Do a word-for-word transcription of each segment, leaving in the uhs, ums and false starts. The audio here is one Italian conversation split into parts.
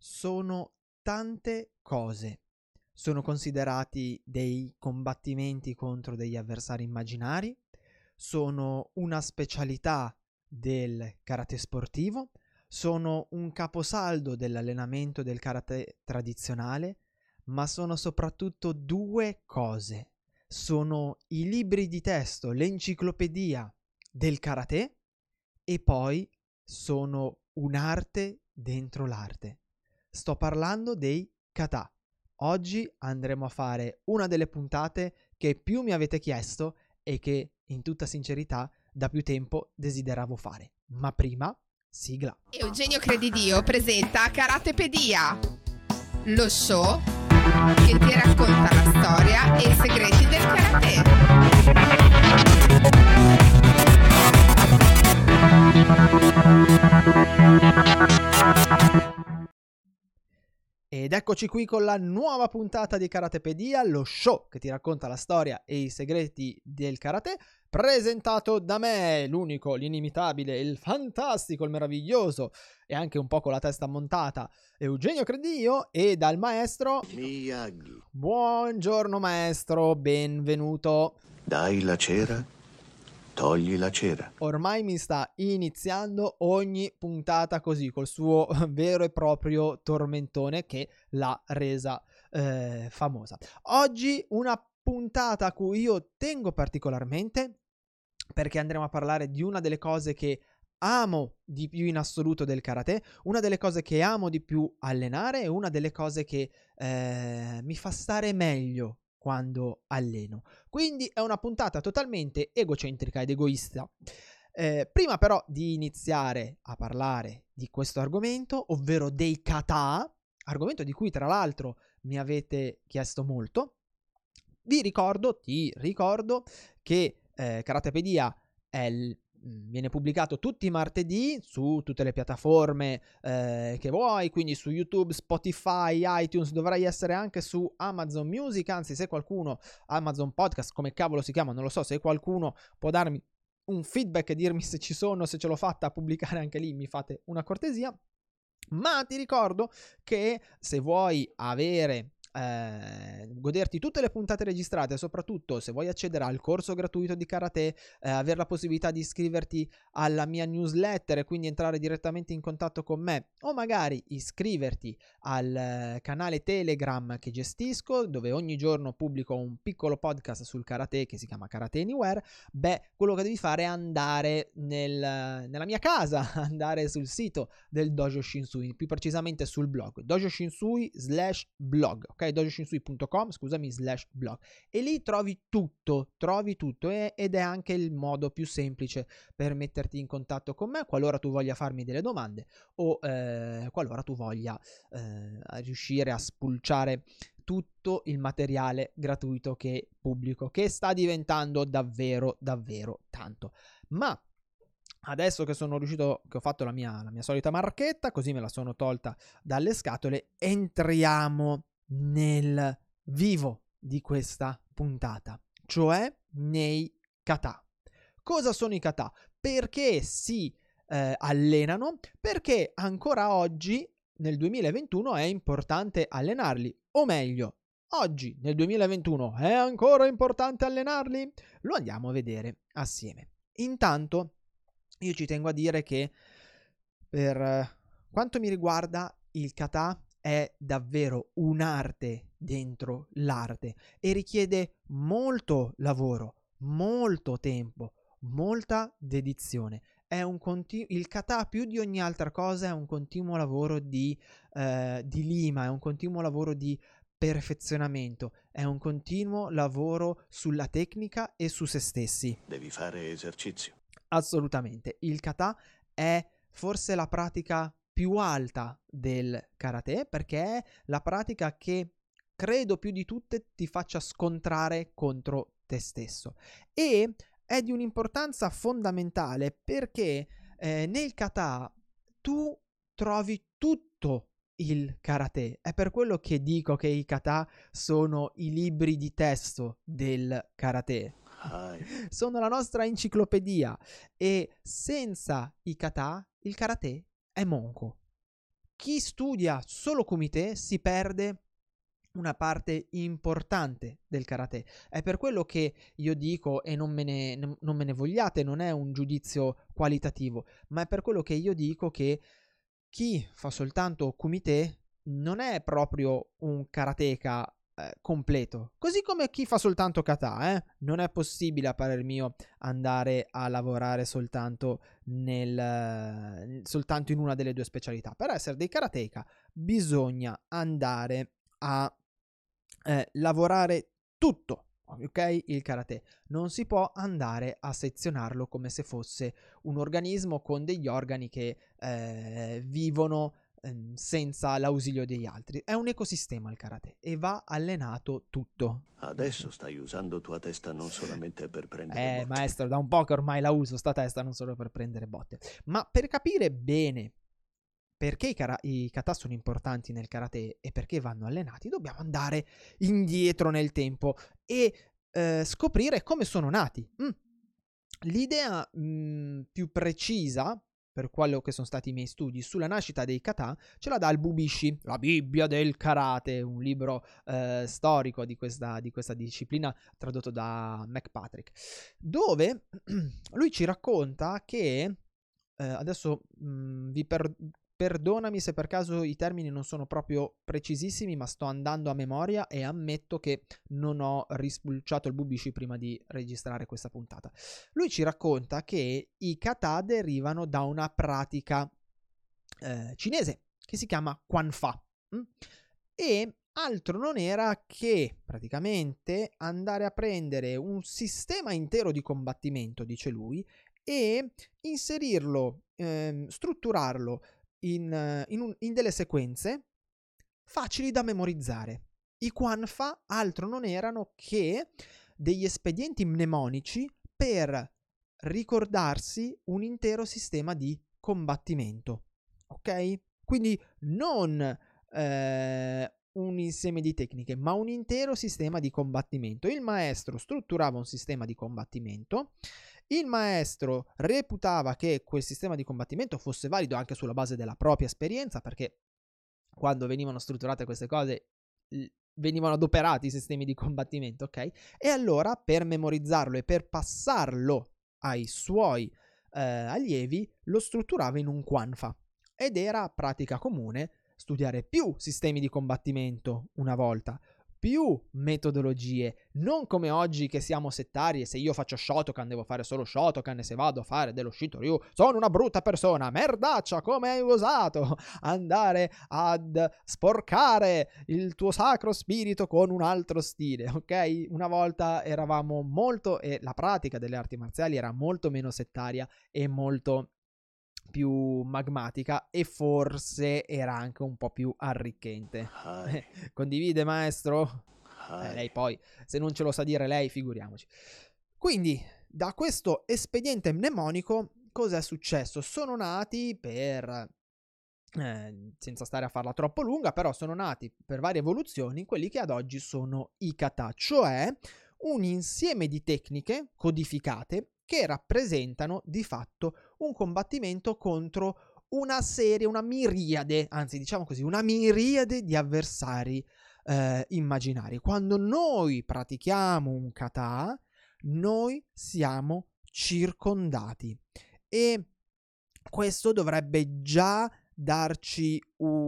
sono tante cose. Sono considerati dei combattimenti contro degli avversari immaginari, sono una specialità del karate sportivo, sono un caposaldo dell'allenamento del karate tradizionale, ma sono soprattutto due cose. Sono i libri di testo, l'enciclopedia del karate, e poi sono un'arte dentro l'arte. Sto parlando dei kata. Oggi andremo a fare una delle puntate che più mi avete chiesto e che, in tutta sincerità, da più tempo desideravo fare. Ma prima, sigla. Eugenio Credidio presenta Karatepedia, lo show che ti racconta la storia e i segreti del karate. Ed eccoci qui con la nuova puntata di Karatepedia, lo show che ti racconta la storia e i segreti del karate, presentato da me, l'unico, l'inimitabile, il fantastico, il meraviglioso e anche un po' con la testa montata, Eugenio Credidio, e dal maestro Miyagi. Buongiorno maestro, benvenuto. Dai la cera, togli la cera. Ormai mi sta iniziando ogni puntata così, col suo vero e proprio tormentone che l'ha resa eh, famosa. Oggi una puntata a cui io tengo particolarmente, perché andremo a parlare di una delle cose che amo di più in assoluto del karate, una delle cose che amo di più allenare e una delle cose che eh, mi fa stare meglio quando alleno. Quindi è una puntata totalmente egocentrica ed egoista. Eh, prima però di iniziare a parlare di questo argomento, ovvero dei kata, argomento di cui tra l'altro mi avete chiesto molto, vi ricordo, ti ricordo che eh, Karatepedia è il viene pubblicato tutti i martedì su tutte le piattaforme eh, che vuoi, quindi su YouTube, Spotify, iTunes, dovrai essere anche su Amazon Music, anzi se qualcuno, Amazon Podcast, come cavolo si chiama, non lo so, se qualcuno può darmi un feedback e dirmi se ci sono, se ce l'ho fatta a pubblicare anche lì, mi fate una cortesia. Ma ti ricordo che se vuoi avere Eh, goderti tutte le puntate registrate, soprattutto se vuoi accedere al corso gratuito di karate, eh, avere la possibilità di iscriverti alla mia newsletter e quindi entrare direttamente in contatto con me, o magari iscriverti al eh, canale Telegram che gestisco, dove ogni giorno pubblico un piccolo podcast sul karate che si chiama Karate Anywhere, beh, quello che devi fare è andare nel, nella mia casa, andare sul sito del Dojo Shinsui, più precisamente sul blog Dojo Shinsui slash blog, ok? dojo shinsui punto com, scusami, slash blog, e lì trovi tutto, trovi tutto e, ed è anche il modo più semplice per metterti in contatto con me qualora tu voglia farmi delle domande o eh, qualora tu voglia eh, riuscire a spulciare tutto il materiale gratuito che pubblico, che sta diventando davvero davvero tanto. Ma adesso che sono riuscito, che ho fatto la mia, la mia solita marchetta, così me la sono tolta dalle scatole, entriamo nel vivo di questa puntata, cioè nei kata. Cosa sono i kata? Perché si eh, allenano? Perché ancora oggi, nel duemilaventuno, è importante allenarli, o meglio, oggi, nel duemilaventuno, è ancora importante allenarli? Lo andiamo a vedere assieme. Intanto, io ci tengo a dire che per quanto mi riguarda il kata è davvero un'arte dentro l'arte e richiede molto lavoro, molto tempo, molta dedizione. È un continu- il kata più di ogni altra cosa è un continuo lavoro di, eh, di lima, è un continuo lavoro di perfezionamento, è un continuo lavoro sulla tecnica e su se stessi. Devi fare esercizio. Assolutamente. Il kata è forse la pratica più alta del karate, perché è la pratica che credo più di tutte ti faccia scontrare contro te stesso, e è di un'importanza fondamentale perché eh, nel kata tu trovi tutto il karate. È per quello che dico che i kata sono i libri di testo del karate. Sono la nostra enciclopedia, e senza i kata il karate è monco. chi studia solo kumite si perde una parte importante del karate. È per quello che io dico, e non me ne, non me ne vogliate, non è un giudizio qualitativo, ma è per quello che io dico che chi fa soltanto kumite non è proprio un karateka eh, completo, così come chi fa soltanto kata. Eh? Non è possibile, a parer mio, andare a lavorare soltanto, nel, soltanto in una delle due specialità. Per essere dei karateka bisogna andare a Eh, lavorare tutto, ok? Il karate non si può andare a sezionarlo come se fosse un organismo con degli organi che eh, vivono eh, senza l'ausilio degli altri. È un ecosistema il karate e va allenato tutto. Adesso stai usando tua testa non solamente per prendere Eh, botte. maestro, da un po' che ormai la uso sta testa, non solo per prendere botte, ma per capire bene perché i, kara- i kata sono importanti nel karate e perché vanno allenati, dobbiamo andare indietro nel tempo e eh, scoprire come sono nati. Mm. L'idea mh, più precisa, per quello che sono stati i miei studi, sulla nascita dei kata ce la dà il Bubishi, la Bibbia del karate, un libro eh, storico di questa, di questa disciplina tradotto da McPatrick, dove lui ci racconta che eh, adesso mh, vi per- perdonami se per caso i termini non sono proprio precisissimi, ma sto andando a memoria e ammetto che non ho rispulciato il Bubishi prima di registrare questa puntata. Lui ci racconta che i kata derivano da una pratica eh, cinese che si chiama Quan Fa mh? e altro non era che praticamente andare a prendere un sistema intero di combattimento, dice lui, e inserirlo, ehm, strutturarlo in, in, un, in delle sequenze facili da memorizzare. I Quan Fa altro non erano che degli espedienti mnemonici per ricordarsi un intero sistema di combattimento. Ok? Quindi non eh, un insieme di tecniche, ma un intero sistema di combattimento. Il maestro strutturava un sistema di combattimento. Il maestro reputava che quel sistema di combattimento fosse valido anche sulla base della propria esperienza, perché quando venivano strutturate queste cose venivano adoperati i sistemi di combattimento, ok? E allora per memorizzarlo e per passarlo ai suoi eh, allievi lo strutturava in un Quan Fa ed era pratica comune studiare più sistemi di combattimento una volta, più metodologie, non come oggi che siamo settari e se io faccio Shotokan devo fare solo Shotokan e se vado a fare dello Shitoryu sono una brutta persona, merdaccia, come hai osato andare ad sporcare il tuo sacro spirito con un altro stile, ok? Una volta eravamo molto, e la pratica delle arti marziali era molto meno settaria e molto più magmatica e forse era anche un po' più arricchente. Condivide, maestro? Eh, lei poi, se non ce lo sa dire lei, figuriamoci. Quindi, da questo espediente mnemonico, cosa è successo? Sono nati per... Eh, senza stare a farla troppo lunga, però sono nati per varie evoluzioni quelli che ad oggi sono i kata, cioè un insieme di tecniche codificate che rappresentano di fatto un combattimento contro una serie, una miriade, anzi diciamo così, una miriade di avversari eh, immaginari. Quando noi pratichiamo un kata, noi siamo circondati e questo dovrebbe già darci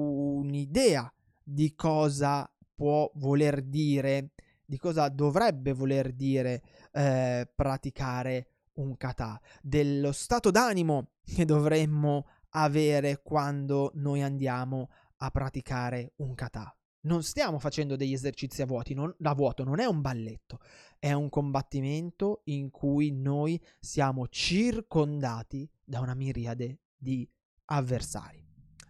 un'idea di cosa può voler dire, di cosa dovrebbe voler dire eh, praticare un kata, dello stato d'animo che dovremmo avere quando noi andiamo a praticare un kata. Non stiamo facendo degli esercizi a, vuoti, non, a vuoto, non è un balletto, è un combattimento in cui noi siamo circondati da una miriade di avversari.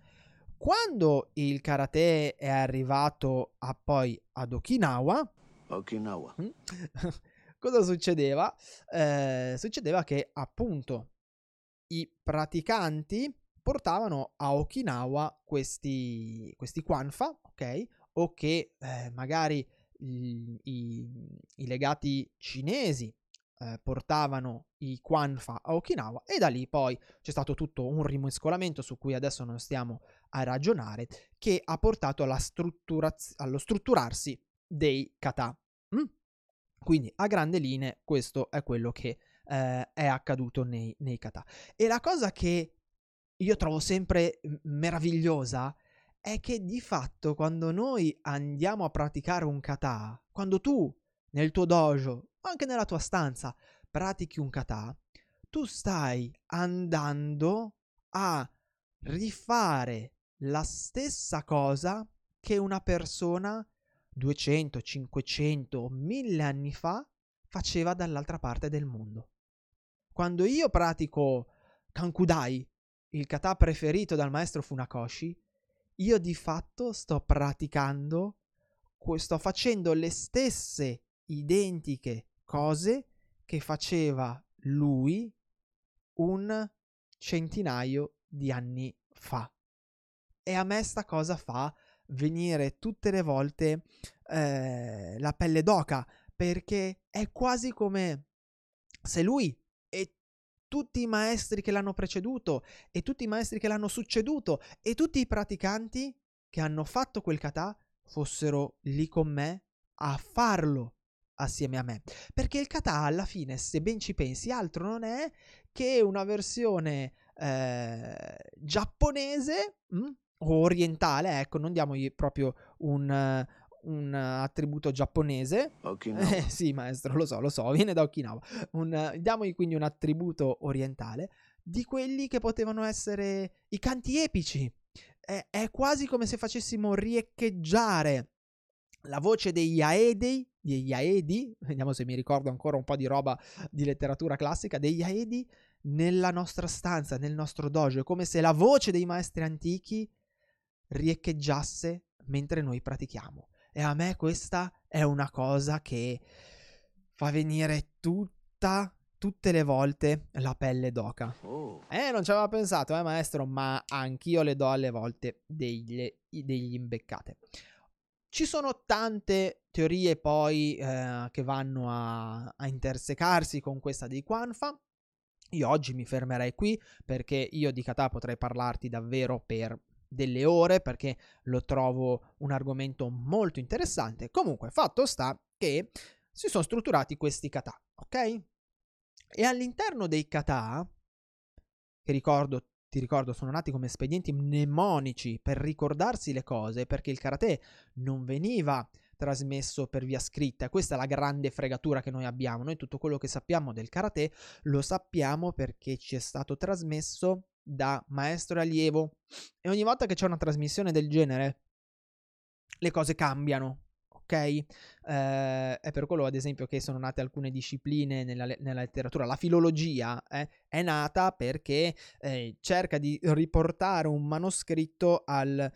Quando il karate è arrivato a poi ad Okinawa, Okinawa. cosa succedeva? Eh, succedeva che appunto i praticanti portavano a Okinawa questi, questi Quan Fa, ok? O che eh, magari i, i, i legati cinesi eh, portavano i Kwanfa a Okinawa, e da lì poi c'è stato tutto un rimescolamento su cui adesso non stiamo a ragionare, che ha portato alla strutturaz- allo strutturarsi dei kata. Mm? Quindi a grandi linee questo è quello che eh, è accaduto nei, nei kata. E la cosa che io trovo sempre meravigliosa è che di fatto quando noi andiamo a praticare un kata, quando tu nel tuo dojo o anche nella tua stanza pratichi un kata, tu stai andando a rifare la stessa cosa che una persona duecento, cinquecento, mille anni fa faceva dall'altra parte del mondo. Quando io pratico Kankudai, il kata preferito dal maestro Funakoshi, io di fatto sto praticando, sto facendo le stesse identiche cose che faceva lui un centinaio di anni fa. E a me sta cosa fa venire tutte le volte eh, la pelle d'oca, perché è quasi come se lui e tutti i maestri che l'hanno preceduto e tutti i maestri che l'hanno succeduto e tutti i praticanti che hanno fatto quel kata fossero lì con me a farlo assieme a me. Perché il kata alla fine, se ben ci pensi, altro non è che una versione eh, giapponese mh, o orientale, ecco, non diamogli proprio un, un attributo giapponese. Okinawa. Eh, sì, maestro, lo so, lo so, viene da Okinawa. Un, diamogli quindi un attributo orientale di quelli che potevano essere i canti epici. È, è quasi come se facessimo riecheggiare la voce degli Aedi, degli Aedi, vediamo se mi ricordo ancora un po' di roba di letteratura classica, degli Aedi nella nostra stanza, nel nostro dojo. È come se la voce dei maestri antichi riecheggiasse mentre noi pratichiamo. E a me questa è una cosa che fa venire tutta, tutte le volte la pelle d'oca. Oh. Eh, non ci aveva pensato, eh maestro, ma anch'io le do alle volte degli, degli imbeccate. Ci sono tante teorie poi eh, che vanno a, a intersecarsi con questa dei Kwanfa. Io oggi mi fermerei qui perché io di kata potrei parlarti davvero per delle ore, perché lo trovo un argomento molto interessante. Comunque, fatto sta che si sono strutturati questi kata, ok? E all'interno dei kata, che ricordo, ti ricordo, sono nati come espedienti mnemonici per ricordarsi le cose, perché il karate non veniva trasmesso per via scritta. Questa è la grande fregatura che noi abbiamo. Noi tutto quello che sappiamo del karate lo sappiamo perché ci è stato trasmesso da maestro e allievo, e ogni volta che c'è una trasmissione del genere le cose cambiano, ok? Eh, è per quello ad esempio che sono nate alcune discipline nella, nella letteratura. La filologia eh, è nata perché eh, cerca di riportare un manoscritto al,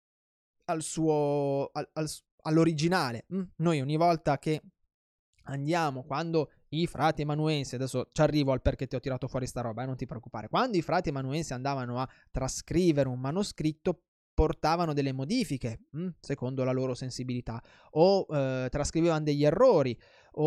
al suo al, al, all'originale. Mm? Noi ogni volta che andiamo, quando i frati emanuensi, adesso ci arrivo al perché ti ho tirato fuori sta roba, eh, non ti preoccupare, quando i frati emanuensi andavano a trascrivere un manoscritto portavano delle modifiche mh, secondo la loro sensibilità, o eh, trascrivevano degli errori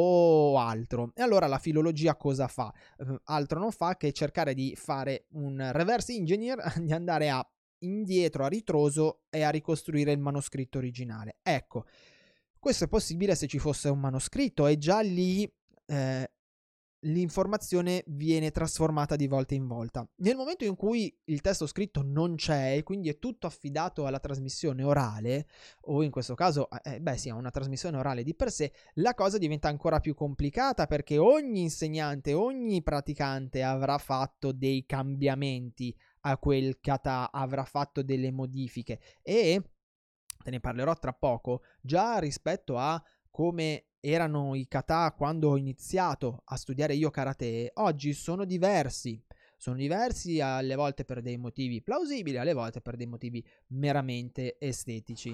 o altro. E allora la filologia cosa fa? Eh, altro non fa che cercare di fare un reverse engineer, di andare a indietro a ritroso e a ricostruire il manoscritto originale. Ecco, questo è possibile se ci fosse un manoscritto, e già lì eh, l'informazione viene trasformata di volta in volta. Nel momento in cui il testo scritto non c'è e quindi è tutto affidato alla trasmissione orale, o in questo caso, eh, beh sì, a una trasmissione orale di per sé, la cosa diventa ancora più complicata, perché ogni insegnante, ogni praticante avrà fatto dei cambiamenti a quel kata, avrà fatto delle modifiche, e te ne parlerò tra poco. Già rispetto a come erano i kata quando ho iniziato a studiare io karate, oggi sono diversi. Sono diversi alle volte per dei motivi plausibili, alle volte per dei motivi meramente estetici.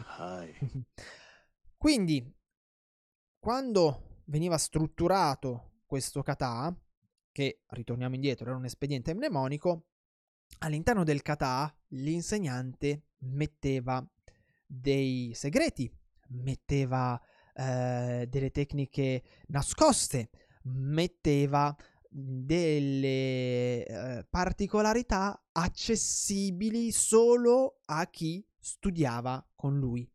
Quindi, quando veniva strutturato questo kata, che ritorniamo indietro, era un espediente mnemonico, all'interno del kata l'insegnante metteva dei segreti, metteva eh, delle tecniche nascoste, metteva delle eh, particolarità accessibili solo a chi studiava con lui.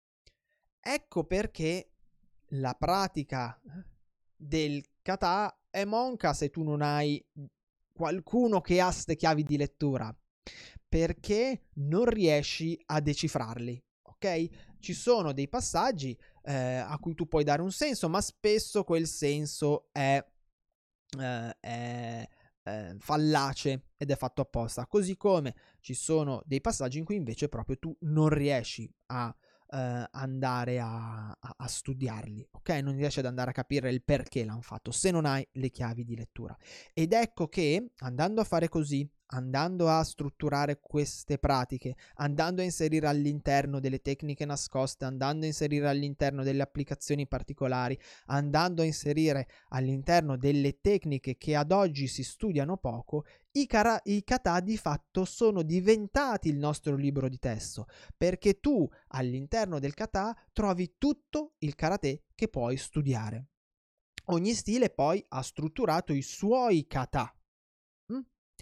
Ecco perché la pratica del kata è monca se tu non hai qualcuno che ha ste chiavi di lettura, perché non riesci a decifrarli, ok? Ci sono dei passaggi eh, a cui tu puoi dare un senso, ma spesso quel senso è, eh, è eh, fallace ed è fatto apposta, così come ci sono dei passaggi in cui invece proprio tu non riesci a Uh, andare a, a, a studiarli, ok? Non riesci ad andare a capire il perché l'hanno fatto se non hai le chiavi di lettura. Ed ecco che andando a fare così, andando a strutturare queste pratiche, andando a inserire all'interno delle tecniche nascoste, andando a inserire all'interno delle applicazioni particolari, andando a inserire all'interno delle tecniche che ad oggi si studiano poco, i, cara- i kata di fatto sono diventati il nostro libro di testo, perché tu all'interno del kata trovi tutto il karate che puoi studiare. Ogni stile poi ha strutturato i suoi kata. Mm?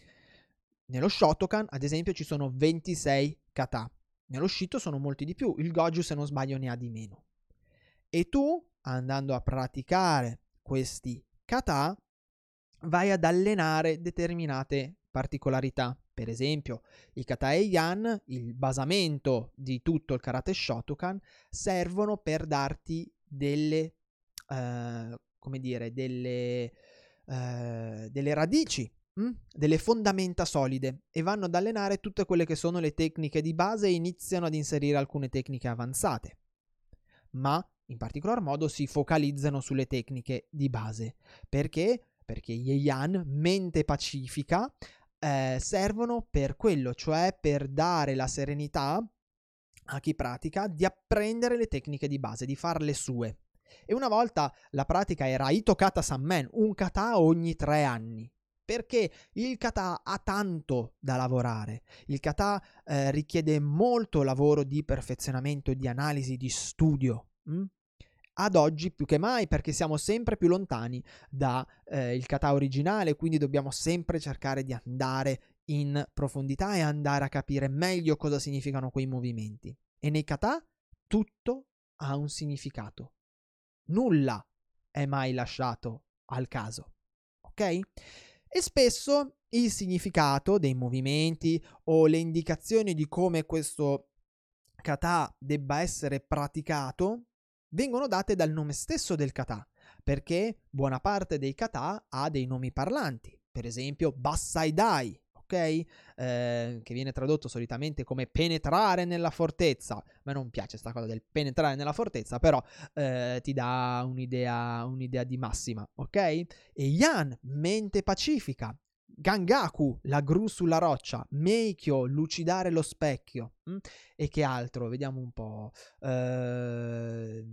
Nello Shotokan, ad esempio, ci sono ventisei kata. Nello Shito sono molti di più. Il Goju, se non sbaglio, ne ha di meno. E tu, andando a praticare questi kata, vai ad allenare determinate particolarità. Per esempio, i kata Heian, il basamento di tutto il karate Shotokan, servono per darti delle, eh, come dire, delle, eh, delle radici, mh? delle fondamenta solide, e vanno ad allenare tutte quelle che sono le tecniche di base e iniziano ad inserire alcune tecniche avanzate. Ma in particolar modo si focalizzano sulle tecniche di base. Perché? Perché gli Heian, mente pacifica, eh, servono per quello, cioè per dare la serenità a chi pratica di apprendere le tecniche di base, di farle sue. E una volta la pratica era Ito Kata Sanmen, un kata ogni tre anni. Perché il kata ha tanto da lavorare. Il kata eh, richiede molto lavoro di perfezionamento, di analisi, di studio. Mm? Ad oggi più che mai, perché siamo sempre più lontani dal eh, kata originale, quindi dobbiamo sempre cercare di andare in profondità e andare a capire meglio cosa significano quei movimenti. E nei kata tutto ha un significato. Nulla è mai lasciato al caso, ok? E spesso il significato dei movimenti o le indicazioni di come questo kata debba essere praticato vengono date dal nome stesso del kata, perché buona parte dei kata ha dei nomi parlanti, per esempio Bassai Dai, ok? Eh, che viene tradotto solitamente come penetrare nella fortezza. A me non piace sta cosa del penetrare nella fortezza, però eh, ti dà un'idea, un'idea di massima, ok? E Yan, mente pacifica. Gangaku, la gru sulla roccia. Meikyo, lucidare lo specchio. Mm? E che altro? Vediamo un po'. Uh,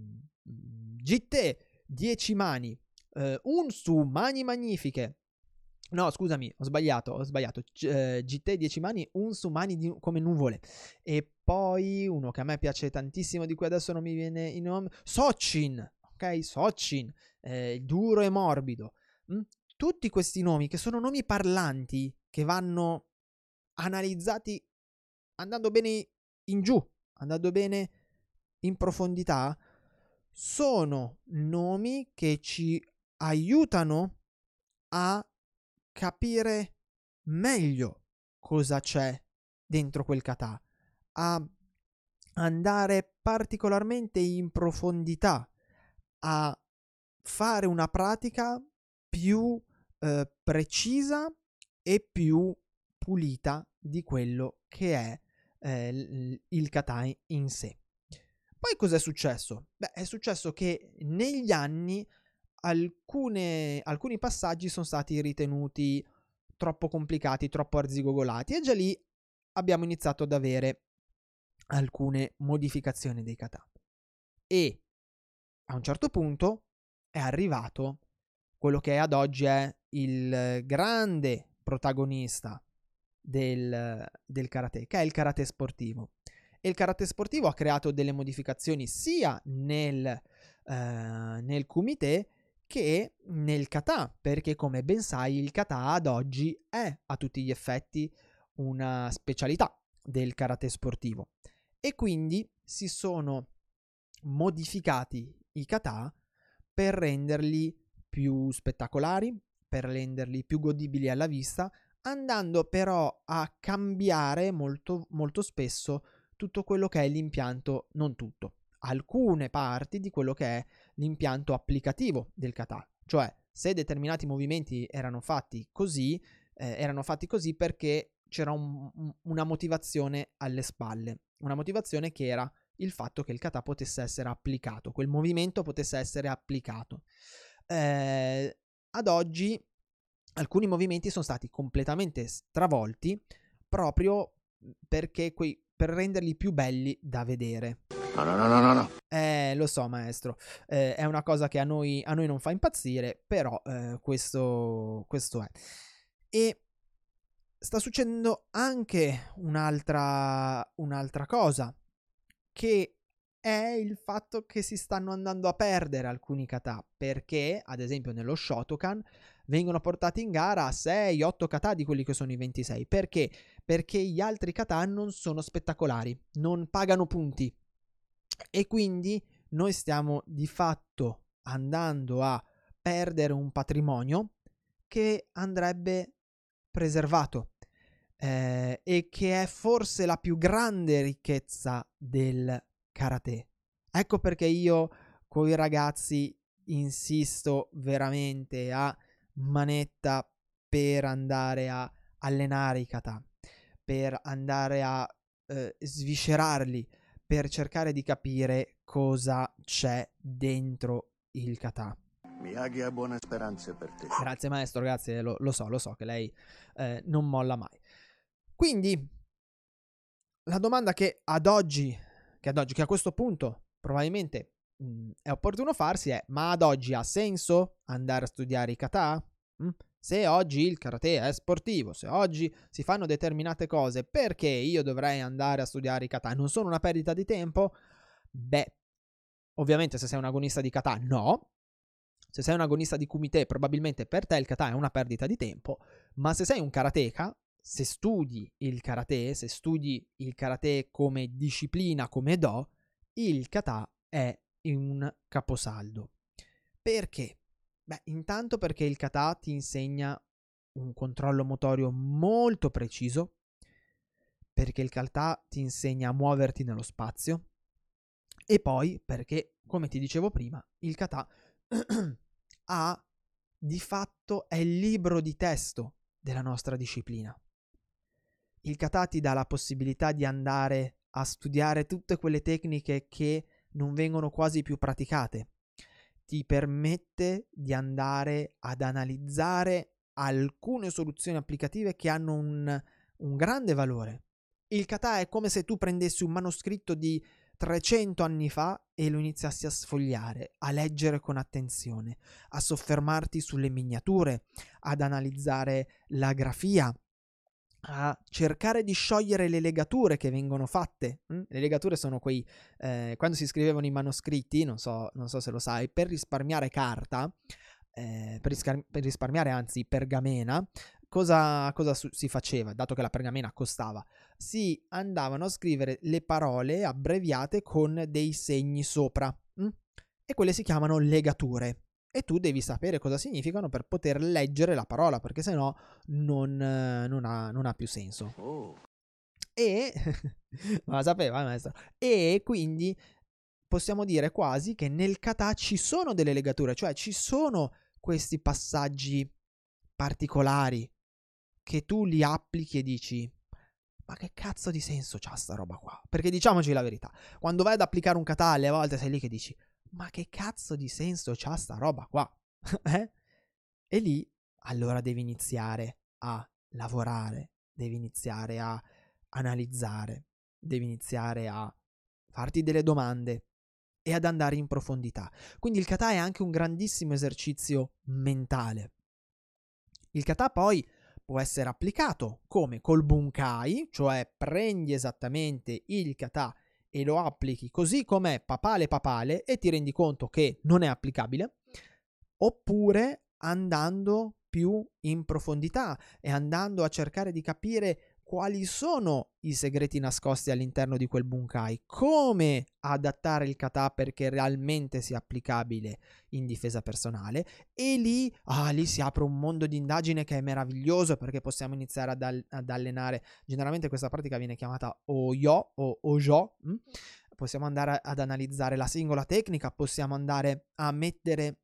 Jitte, dieci mani. Uh, Unsu, mani magnifiche. No, scusami, ho sbagliato, ho sbagliato. G- Jitte, dieci mani, Unsu, mani di, come nuvole. E poi uno che a me piace tantissimo, di cui adesso non mi viene il nome. Sochin, ok? Sochin, eh, duro e morbido. Mm? Tutti questi nomi, che sono nomi parlanti, che vanno analizzati andando bene in giù, andando bene in profondità, sono nomi che ci aiutano a capire meglio cosa c'è dentro quel kata, a andare particolarmente in profondità, a fare una pratica più eh, precisa e più pulita di quello che è eh, il kata in sé. Poi cos'è successo? Beh, è successo che negli anni alcune, alcuni passaggi sono stati ritenuti troppo complicati, troppo arzigogolati, e già lì abbiamo iniziato ad avere alcune modificazioni dei kata. E a un certo punto è arrivato quello che ad oggi è il grande protagonista del, del karate, che è il karate sportivo. E il karate sportivo ha creato delle modificazioni sia nel, eh, nel kumite che nel kata, perché come ben sai il kata ad oggi è a tutti gli effetti una specialità del karate sportivo, e quindi si sono modificati i kata per renderli più spettacolari, per renderli più godibili alla vista, andando però a cambiare molto, molto spesso tutto quello che è l'impianto, non tutto, alcune parti di quello che è l'impianto applicativo del kata. Cioè, se determinati movimenti erano fatti così, eh, erano fatti così perché c'era un, un, una motivazione alle spalle, una motivazione che era il fatto che il kata potesse essere applicato, quel movimento potesse essere applicato. Eh, ad oggi alcuni movimenti sono stati completamente stravolti proprio perché quei, per renderli più belli da vedere. No, no, no, no, no. Eh, lo so, maestro, eh, è una cosa che a noi, a noi non fa impazzire, però eh, questo, questo è. E sta succedendo anche un'altra, un'altra cosa, che è il fatto che si stanno andando a perdere alcuni kata, perché ad esempio nello Shotokan vengono portati in gara sei otto kata di quelli che sono i ventisei. Perché? Perché gli altri kata non sono spettacolari, non pagano punti, e quindi noi stiamo di fatto andando a perdere un patrimonio che andrebbe preservato, eh, e che è forse la più grande ricchezza del karate. Ecco perché io con i ragazzi insisto veramente a manetta per andare a allenare i kata, per andare a eh, sviscerarli, per cercare di capire cosa c'è dentro il kata. Miyagi ha buone speranze per te. Grazie maestro, grazie, lo, lo so, lo so che lei eh, non molla mai. Quindi la domanda che ad oggi, che ad oggi, che a questo punto probabilmente mh, è opportuno farsi è: ma ad oggi ha senso andare a studiare i kata? Mm? Se oggi il karate è sportivo, se oggi si fanno determinate cose, perché io dovrei andare a studiare i kata? Non sono una perdita di tempo? Beh, ovviamente se sei un agonista di kata no. Se sei un agonista di kumite, probabilmente per te il kata è una perdita di tempo, ma se sei un karateka, se studi il karate, se studi il karate come disciplina, come do, il kata è un caposaldo. Perché? Beh, intanto perché il kata ti insegna un controllo motorio molto preciso, perché il kata ti insegna a muoverti nello spazio, e poi perché, come ti dicevo prima, il kata ha di fatto è il libro di testo della nostra disciplina. Il kata ti dà la possibilità di andare a studiare tutte quelle tecniche che non vengono quasi più praticate. Ti permette di andare ad analizzare alcune soluzioni applicative che hanno un, un grande valore. Il kata è come se tu prendessi un manoscritto di trecento anni fa e lo iniziassi a sfogliare, a leggere con attenzione, a soffermarti sulle miniature, ad analizzare la grafia, a cercare di sciogliere le legature che vengono fatte. Mm? Le legature sono quei, eh, quando si scrivevano i manoscritti, non so, non so se lo sai, per risparmiare carta, eh, per, riscar- per risparmiare anzi pergamena, cosa, cosa su- si faceva, dato che la pergamena costava? Si andavano a scrivere le parole abbreviate con dei segni sopra, mm? e quelle si chiamano legature. E tu devi sapere cosa significano per poter leggere la parola, perché sennò non, non, ha, non ha più senso. Oh. E ma la sapeva, eh, maestro. E quindi possiamo dire quasi che nel kata ci sono delle legature, cioè ci sono questi passaggi particolari che tu li applichi e dici: ma che cazzo di senso c'ha sta roba qua? Perché diciamoci la verità, quando vai ad applicare un kata alle volte sei lì che dici: ma che cazzo di senso c'ha sta roba qua? eh? E lì allora devi iniziare a lavorare, devi iniziare a analizzare, devi iniziare a farti delle domande e ad andare in profondità. Quindi il kata è anche un grandissimo esercizio mentale. Il kata poi può essere applicato come col bunkai, cioè prendi esattamente il kata e lo applichi così com'è, papale papale, e ti rendi conto che non è applicabile. oppure andando più in profondità e andando a cercare di capire quali sono i segreti nascosti all'interno di quel bunkai, come adattare il kata perché realmente sia applicabile in difesa personale, e lì, ah, lì si apre un mondo di indagine che è meraviglioso, perché possiamo iniziare ad, all- ad allenare. Generalmente questa pratica viene chiamata Oyo o Ojo. Hm? Possiamo andare ad analizzare la singola tecnica, possiamo andare a mettere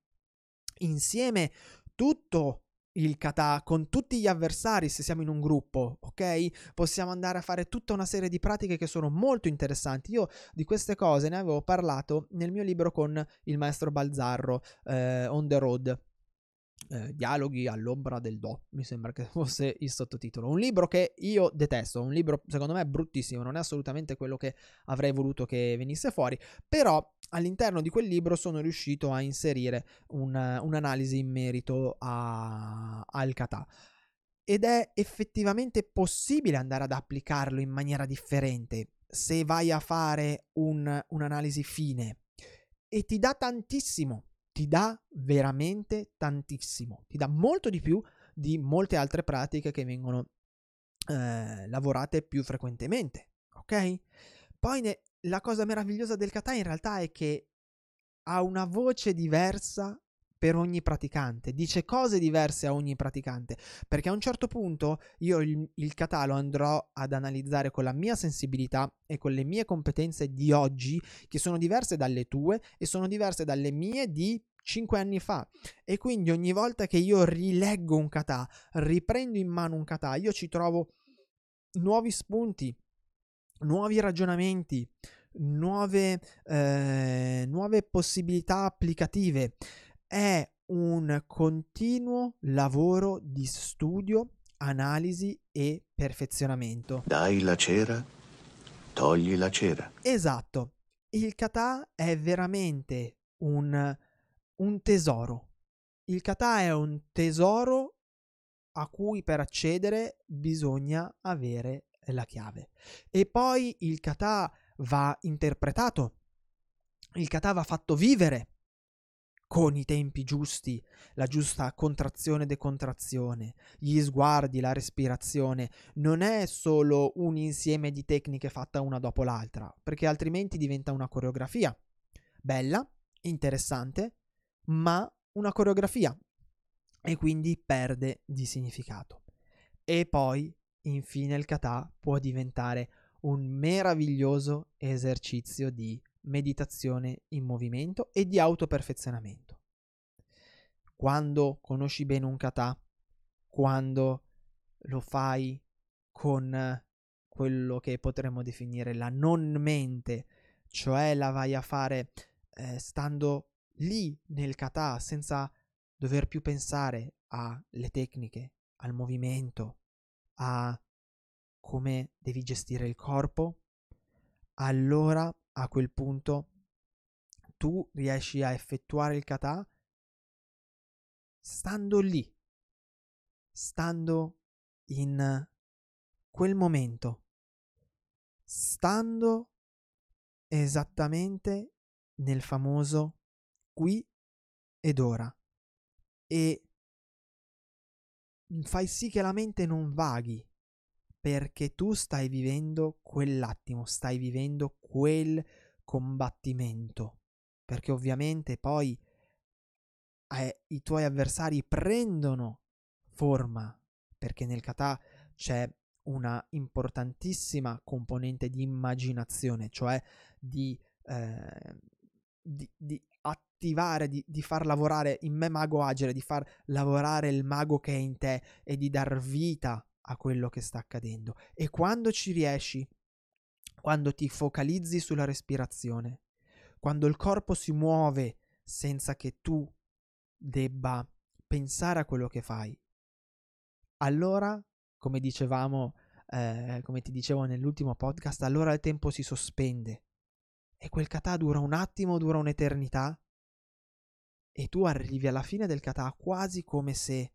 insieme tutto il kata con tutti gli avversari se siamo in un gruppo, ok? Possiamo andare a fare tutta una serie di pratiche che sono molto interessanti. Io di queste cose ne avevo parlato nel mio libro con il maestro Balzarro, eh, On the Road. Eh, dialoghi all'ombra del Do, mi sembra che fosse il sottotitolo. Un libro che io detesto, un libro secondo me bruttissimo, non è assolutamente quello che avrei voluto che venisse fuori, però all'interno di quel libro sono riuscito a inserire un, un'analisi in merito a, al kata, ed è effettivamente possibile andare ad applicarlo in maniera differente se vai a fare un, un'analisi fine, e ti dà tantissimo. Ti dà veramente tantissimo, ti dà molto di più di molte altre pratiche che vengono eh, lavorate più frequentemente, ok? Poi ne, la cosa meravigliosa del kata in realtà è che ha una voce diversa per ogni praticante, dice cose diverse a ogni praticante, perché a un certo punto io il, il kata lo andrò ad analizzare con la mia sensibilità e con le mie competenze di oggi, che sono diverse dalle tue e sono diverse dalle mie di cinque anni fa, e quindi ogni volta che io rileggo un kata, riprendo in mano un kata, io ci trovo nuovi spunti, nuovi ragionamenti, nuove, eh, nuove possibilità applicative. È un continuo lavoro di studio, analisi e perfezionamento. Dai la cera, togli la cera. Esatto. Il kata è veramente un, un tesoro. Il kata è un tesoro a cui per accedere bisogna avere la chiave. E poi il kata va interpretato, il kata va fatto vivere con i tempi giusti, la giusta contrazione e decontrazione, gli sguardi, la respirazione. Non è solo un insieme di tecniche fatta una dopo l'altra, perché altrimenti diventa una coreografia bella, interessante, ma una coreografia, e quindi perde di significato. E poi, infine, il kata può diventare un meraviglioso esercizio di meditazione in movimento e di autoperfezionamento. Quando conosci bene un kata, quando lo fai con quello che potremmo definire la non mente, cioè la vai a fare eh, stando lì nel kata senza dover più pensare alle tecniche, al movimento, a come devi gestire il corpo, allora a quel punto tu riesci a effettuare il kata stando lì, stando in quel momento, stando esattamente nel famoso qui ed ora, e fai sì che la mente non vaghi, perché tu stai vivendo quell'attimo, stai vivendo quel combattimento, perché ovviamente poi eh, i tuoi avversari prendono forma, perché nel kata c'è una importantissima componente di immaginazione, cioè di, eh, di, di attivare, di, di far lavorare in me mago agile, di far lavorare il mago che è in te e di dar vita a quello che sta accadendo. E quando ci riesci, quando ti focalizzi sulla respirazione, quando il corpo si muove senza che tu debba pensare a quello che fai, allora, come dicevamo, eh, come ti dicevo nell'ultimo podcast, allora il tempo si sospende e quel kata dura un attimo, dura un'eternità, e tu arrivi alla fine del kata quasi come se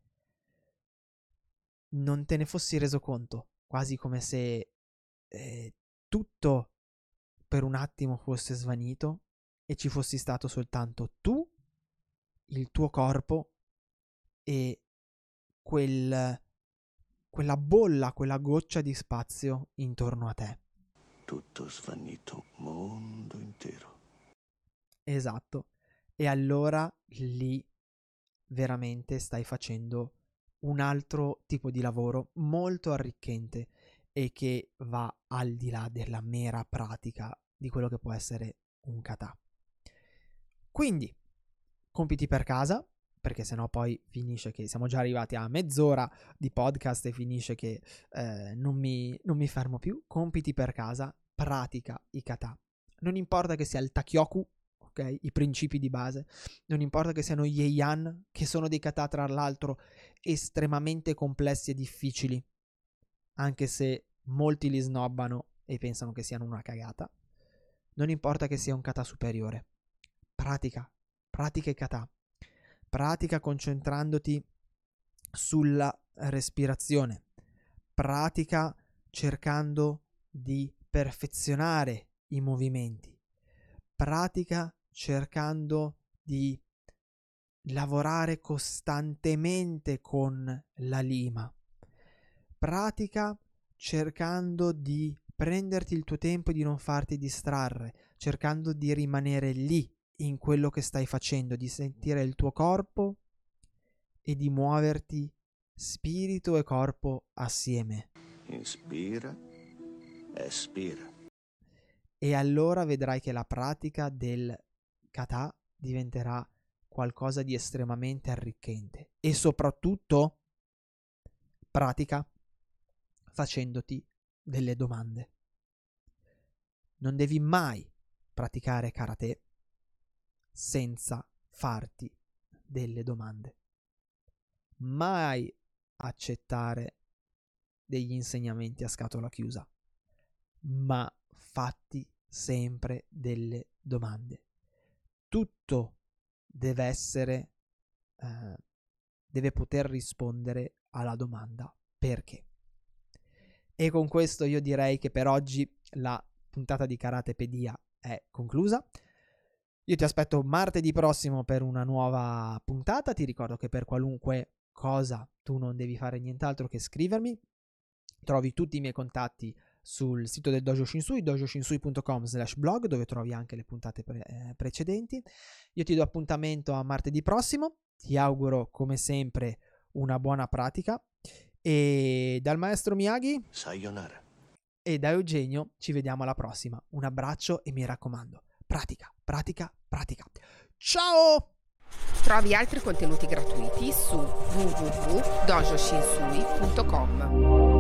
non te ne fossi reso conto, quasi come se eh, tutto per un attimo fosse svanito e ci fossi stato soltanto tu il tuo corpo e quel, quella bolla, quella goccia di spazio intorno a te. Tutto svanito, mondo intero. Esatto. E allora lì veramente stai facendo un altro tipo di lavoro molto arricchente e che va al di là della mera pratica di quello che può essere un kata. Quindi, compiti per casa, perché sennò poi finisce che siamo già arrivati a mezz'ora di podcast e finisce che eh, non, mi, non mi fermo più. Compiti per casa, pratica i kata. Non importa che sia il takyoku, ok, i principi di base, non importa che siano gli heian, che sono dei kata tra l'altro estremamente complessi e difficili, anche se molti li snobbano e pensano che siano una cagata. Non importa che sia un kata superiore, pratica, pratica i kata, pratica concentrandoti sulla respirazione, pratica cercando di perfezionare i movimenti, pratica cercando di lavorare costantemente con la lima, pratica cercando di prenderti il tuo tempo e di non farti distrarre, cercando di rimanere lì in quello che stai facendo, di sentire il tuo corpo e di muoverti spirito e corpo assieme. Inspira, espira. E allora vedrai che la pratica del kata diventerà qualcosa di estremamente arricchente e soprattutto pratica facendoti delle domande. Non devi mai praticare karate senza farti delle domande. Mai accettare degli insegnamenti a scatola chiusa, ma fatti sempre delle domande. Tutto deve essere, eh, deve poter rispondere alla domanda perché. E con questo io direi che per oggi la puntata di Karatepedia è conclusa. Io ti aspetto martedì prossimo per una nuova puntata. Ti ricordo che per qualunque cosa tu non devi fare nient'altro che scrivermi. Trovi tutti i miei contatti sul sito del Dojo Shinsui, dojoshinsui punto com slash blog, dove trovi anche le puntate pre- eh, precedenti. Io ti do appuntamento a martedì prossimo. Ti auguro come sempre una buona pratica. E dal maestro Miyagi Sayonara. e da Eugenio ci vediamo alla prossima. Un abbraccio e mi raccomando, pratica, pratica, pratica. Ciao! Trovi altri contenuti gratuiti su w w w punto dojoshinsui punto com.